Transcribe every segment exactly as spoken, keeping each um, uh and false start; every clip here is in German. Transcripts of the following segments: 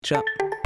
Tja.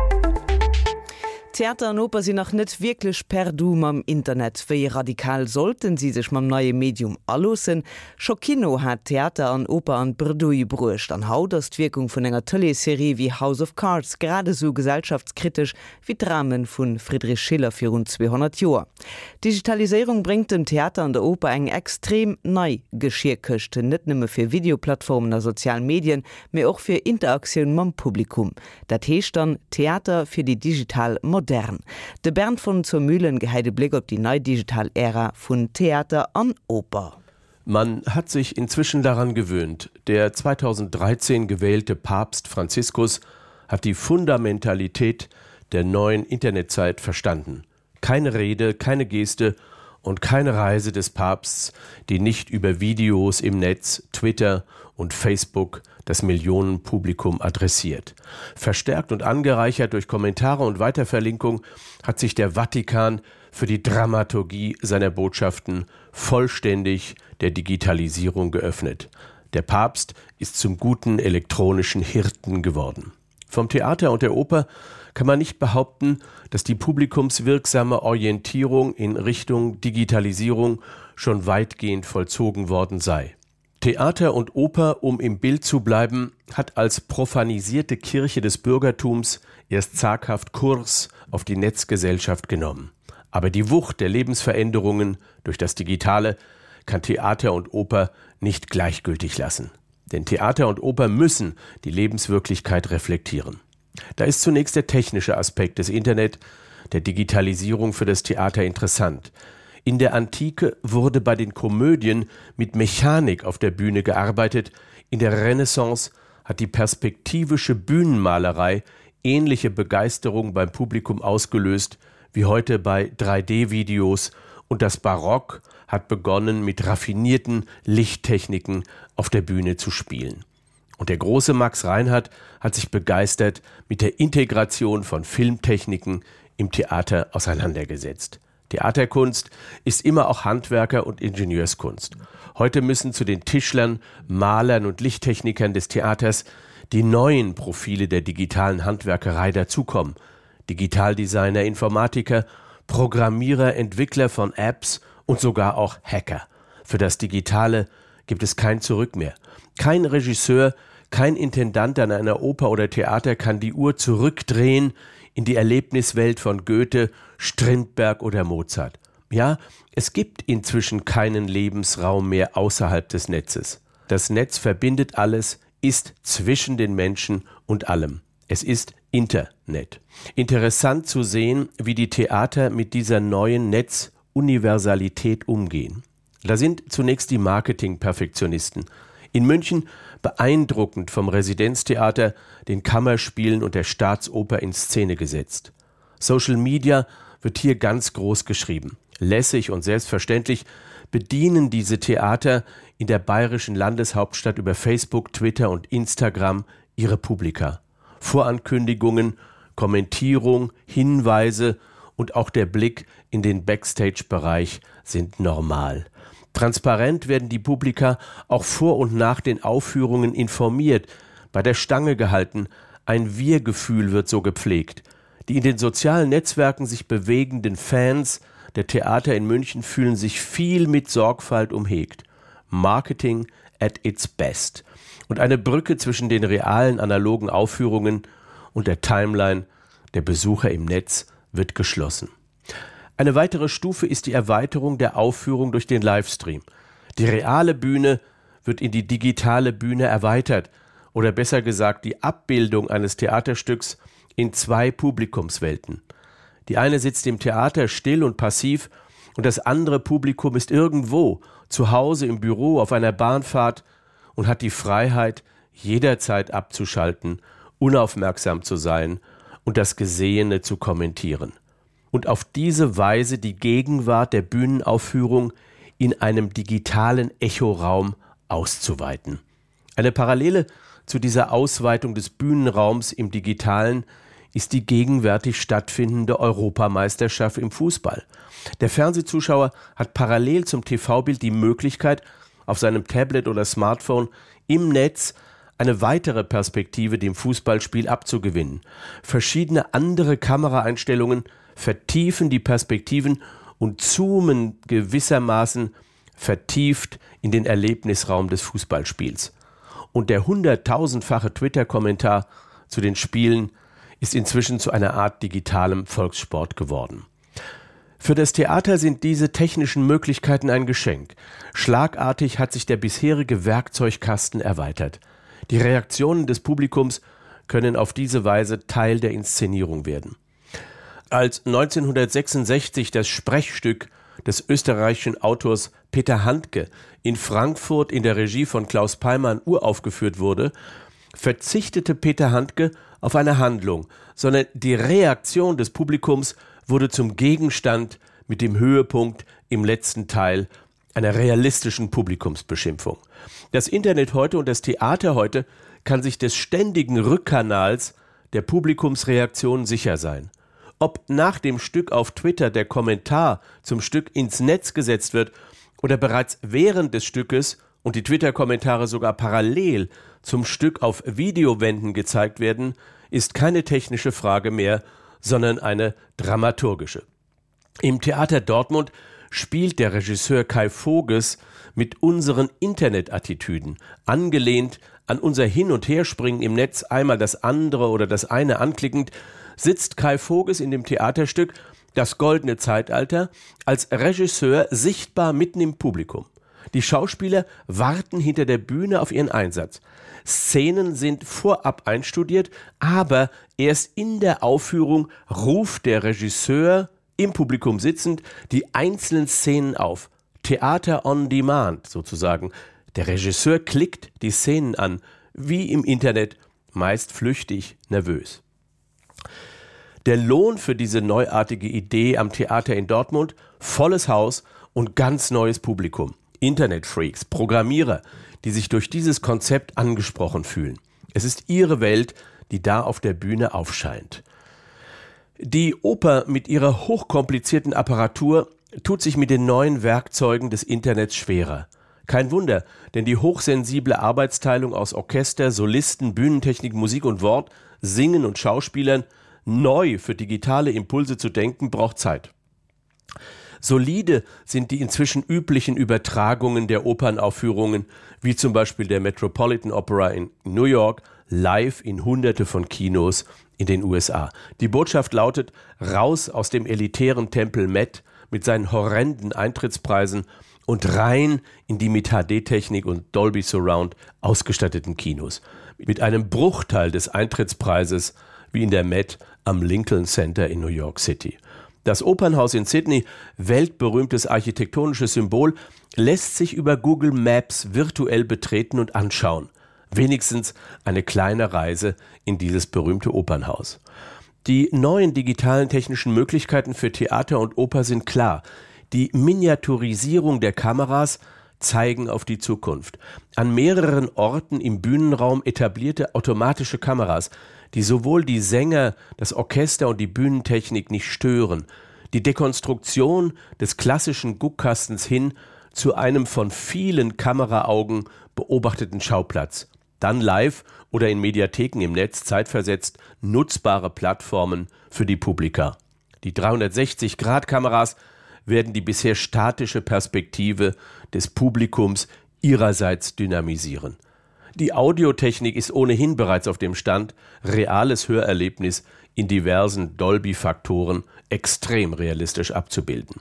Theater und Oper sind noch nicht wirklich per du am Internet. Wie radikal sollten sie sich mam neue Medium allosen? Schon Kino hat Theater und Oper an Bredouille brucht. An haut das die Wirkung von einer Teleserie wie House of Cards gerade so gesellschaftskritisch wie Dramen von Friedrich Schiller für rund zweihundert Jahre. Digitalisierung bringt dem Theater und der Oper eine extrem neue Geschirrküste, nicht nur für Videoplattformen und sozialen Medien, sondern auch für Interaktion mit dem Publikum. Das heißt dann Theater für die digital Moderne. Modern. De Bernd von zur Mühlen geheide Blick auf die neue Digital-Ära von Theater an Oper. Man hat sich inzwischen daran gewöhnt. Der zweitausenddreizehn gewählte Papst Franziskus hat die Fundamentalität der neuen Internetzeit verstanden. Keine Rede, keine Geste und keine Reise des Papstes, die nicht über Videos im Netz, Twitter und Facebook das Millionenpublikum adressiert. Verstärkt und angereichert durch Kommentare und Weiterverlinkung hat sich der Vatikan für die Dramaturgie seiner Botschaften vollständig der Digitalisierung geöffnet. Der Papst ist zum guten elektronischen Hirten geworden. Vom Theater und der Oper kann man nicht behaupten, dass die publikumswirksame Orientierung in Richtung Digitalisierung schon weitgehend vollzogen worden sei. Theater und Oper, um im Bild zu bleiben, hat als profanisierte Kirche des Bürgertums erst zaghaft Kurs auf die Netzgesellschaft genommen. Aber die Wucht der Lebensveränderungen durch das Digitale kann Theater und Oper nicht gleichgültig lassen. Denn Theater und Oper müssen die Lebenswirklichkeit reflektieren. Da ist zunächst der technische Aspekt des Internet, der Digitalisierung für das Theater interessant. In der Antike wurde bei den Komödien mit Mechanik auf der Bühne gearbeitet. In der Renaissance hat die perspektivische Bühnenmalerei ähnliche Begeisterung beim Publikum ausgelöst wie heute bei drei D Videos. Und das Barock hat begonnen, mit raffinierten Lichttechniken auf der Bühne zu spielen. Und der große Max Reinhardt hat sich begeistert mit der Integration von Filmtechniken im Theater auseinandergesetzt. Theaterkunst ist immer auch Handwerker- und Ingenieurskunst. Heute müssen zu den Tischlern, Malern und Lichttechnikern des Theaters die neuen Profile der digitalen Handwerkerei dazukommen. Digitaldesigner, Informatiker, Programmierer, Entwickler von Apps und sogar auch Hacker. Für das Digitale gibt es kein Zurück mehr. Kein Regisseur, kein Intendant an einer Oper oder Theater kann die Uhr zurückdrehen in die Erlebniswelt von Goethe, Strindberg oder Mozart. Ja, es gibt inzwischen keinen Lebensraum mehr außerhalb des Netzes. Das Netz verbindet alles, ist zwischen den Menschen und allem. Es ist Internet. Interessant zu sehen, wie die Theater mit dieser neuen Netzuniversalität umgehen. Da sind zunächst die Marketing-Perfektionisten. In München beeindruckend vom Residenztheater, den Kammerspielen und der Staatsoper in Szene gesetzt. Social Media wird hier ganz groß geschrieben. Lässig und selbstverständlich bedienen diese Theater in der bayerischen Landeshauptstadt über Facebook, Twitter und Instagram ihre Publika. Vorankündigungen, Kommentierung, Hinweise und auch der Blick in den Backstage-Bereich sind normal. Transparent werden die Publika auch vor und nach den Aufführungen informiert, bei der Stange gehalten, ein Wir-Gefühl wird so gepflegt. Die in den sozialen Netzwerken sich bewegenden Fans der Theater in München fühlen sich viel mit Sorgfalt umhegt. Marketing at its best. Und eine Brücke zwischen den realen analogen Aufführungen und der Timeline der Besucher im Netz wird geschlossen. Eine weitere Stufe ist die Erweiterung der Aufführung durch den Livestream. Die reale Bühne wird in die digitale Bühne erweitert oder besser gesagt die Abbildung eines Theaterstücks in zwei Publikumswelten. Die eine sitzt im Theater still und passiv und das andere Publikum ist irgendwo, zu Hause, im Büro, auf einer Bahnfahrt und hat die Freiheit, jederzeit abzuschalten, unaufmerksam zu sein und das Gesehene zu kommentieren. Und auf diese Weise die Gegenwart der Bühnenaufführung in einem digitalen Echoraum auszuweiten. Eine Parallele zu dieser Ausweitung des Bühnenraums im Digitalen ist die gegenwärtig stattfindende Europameisterschaft im Fußball. Der Fernsehzuschauer hat parallel zum T V-Bild die Möglichkeit, auf seinem Tablet oder Smartphone im Netz eine weitere Perspektive dem Fußballspiel abzugewinnen. Verschiedene andere Kameraeinstellungen vertiefen die Perspektiven und zoomen gewissermaßen vertieft in den Erlebnisraum des Fußballspiels. Und der hunderttausendfache Twitter-Kommentar zu den Spielen ist inzwischen zu einer Art digitalem Volkssport geworden. Für das Theater sind diese technischen Möglichkeiten ein Geschenk. Schlagartig hat sich der bisherige Werkzeugkasten erweitert. Die Reaktionen des Publikums können auf diese Weise Teil der Inszenierung werden. Als neunzehnhundertsechsundsechzig das Sprechstück des österreichischen Autors Peter Handke in Frankfurt in der Regie von Klaus Peimann uraufgeführt wurde, verzichtete Peter Handke auf eine Handlung, sondern die Reaktion des Publikums wurde zum Gegenstand mit dem Höhepunkt im letzten Teil einer realistischen Publikumsbeschimpfung. Das Internet heute und das Theater heute kann sich des ständigen Rückkanals der Publikumsreaktion sicher sein. Ob nach dem Stück auf Twitter der Kommentar zum Stück ins Netz gesetzt wird oder bereits während des Stückes und die Twitter-Kommentare sogar parallel zum Stück auf Videowänden gezeigt werden, ist keine technische Frage mehr, sondern eine dramaturgische. Im Theater Dortmund spielt der Regisseur Kai Voges mit unseren Internetattitüden, angelehnt an unser Hin- und Herspringen im Netz, einmal das andere oder das eine anklickend, sitzt Kai Voges in dem Theaterstück Das goldene Zeitalter als Regisseur sichtbar mitten im Publikum. Die Schauspieler warten hinter der Bühne auf ihren Einsatz. Szenen sind vorab einstudiert, aber erst in der Aufführung ruft der Regisseur im Publikum sitzend die einzelnen Szenen auf. Theater on Demand sozusagen. Der Regisseur klickt die Szenen an, wie im Internet, meist flüchtig, nervös. Der Lohn für diese neuartige Idee am Theater in Dortmund, volles Haus und ganz neues Publikum. Internetfreaks, Programmierer, die sich durch dieses Konzept angesprochen fühlen. Es ist ihre Welt, die da auf der Bühne aufscheint. Die Oper mit ihrer hochkomplizierten Apparatur tut sich mit den neuen Werkzeugen des Internets schwerer. Kein Wunder, denn die hochsensible Arbeitsteilung aus Orchester, Solisten, Bühnentechnik, Musik und Wort, Singen und Schauspielern, neu für digitale Impulse zu denken, braucht Zeit. Solide sind die inzwischen üblichen Übertragungen der Opernaufführungen, wie zum Beispiel der Metropolitan Opera in New York, live in Hunderte von Kinos in den U S A. Die Botschaft lautet, raus aus dem elitären Tempel Met mit seinen horrenden Eintrittspreisen und rein in die mit H D-Technik und Dolby Surround ausgestatteten Kinos. Mit einem Bruchteil des Eintrittspreises wie in der Met am Lincoln Center in New York City. Das Opernhaus in Sydney, weltberühmtes architektonisches Symbol, lässt sich über Google Maps virtuell betreten und anschauen. Wenigstens eine kleine Reise in dieses berühmte Opernhaus. Die neuen digitalen technischen Möglichkeiten für Theater und Oper sind klar. Die Miniaturisierung der Kameras zeigen auf die Zukunft. An mehreren Orten im Bühnenraum etablierte automatische Kameras, die sowohl die Sänger, das Orchester und die Bühnentechnik nicht stören. Die Dekonstruktion des klassischen Guckkastens hin zu einem von vielen Kameraaugen beobachteten Schauplatz. Dann live oder in Mediatheken im Netz zeitversetzt nutzbare Plattformen für die Publika. Die dreihundertsechzig Grad Kameras werden die bisher statische Perspektive des Publikums ihrerseits dynamisieren. Die Audiotechnik ist ohnehin bereits auf dem Stand, reales Hörerlebnis in diversen Dolby-Faktoren extrem realistisch abzubilden.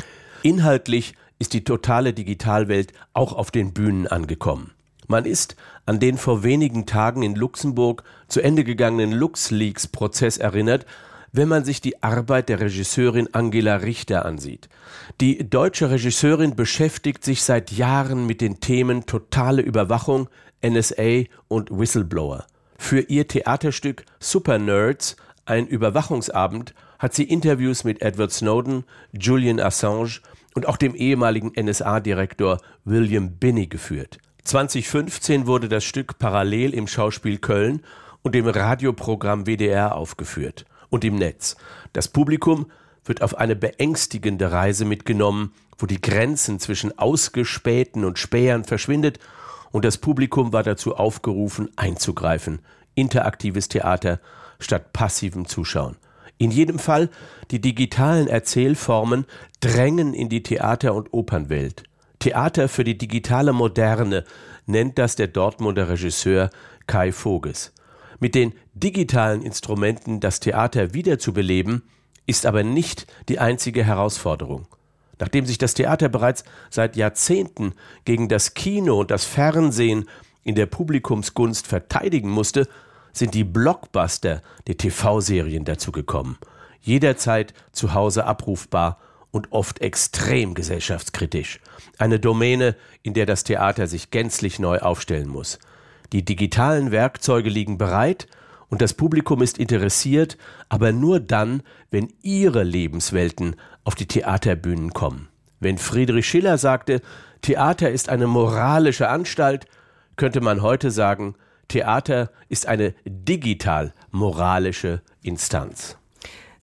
Inhaltlich ist die totale Digitalwelt auch auf den Bühnen angekommen. Man ist an den vor wenigen Tagen in Luxemburg zu Ende gegangenen LuxLeaks-Prozess erinnert, wenn man sich die Arbeit der Regisseurin Angela Richter ansieht. Die deutsche Regisseurin beschäftigt sich seit Jahren mit den Themen totale Überwachung, N S A und Whistleblower. Für ihr Theaterstück Super Nerds, ein Überwachungsabend, hat sie Interviews mit Edward Snowden, Julian Assange und auch dem ehemaligen N S A-Direktor William Binney geführt. zweitausendfünfzehn wurde das Stück parallel im Schauspiel Köln und dem Radioprogramm W D R aufgeführt und im Netz. Das Publikum wird auf eine beängstigende Reise mitgenommen, wo die Grenzen zwischen Ausgespähten und Spähern verschwindet und das Publikum war dazu aufgerufen, einzugreifen. Interaktives Theater statt passivem Zuschauen. In jedem Fall, die digitalen Erzählformen drängen in die Theater- und Opernwelt. Theater für die digitale Moderne nennt das der Dortmunder Regisseur Kai Voges. Mit den digitalen Instrumenten das Theater wiederzubeleben, ist aber nicht die einzige Herausforderung. Nachdem sich das Theater bereits seit Jahrzehnten gegen das Kino und das Fernsehen in der Publikumsgunst verteidigen musste, sind die Blockbuster, die T V-Serien dazugekommen. Jederzeit zu Hause abrufbar und oft extrem gesellschaftskritisch. Eine Domäne, in der das Theater sich gänzlich neu aufstellen muss. Die digitalen Werkzeuge liegen bereit und das Publikum ist interessiert, aber nur dann, wenn ihre Lebenswelten auf die Theaterbühnen kommen. Wenn Friedrich Schiller sagte, Theater ist eine moralische Anstalt, könnte man heute sagen, Theater ist eine digital-moralische Instanz.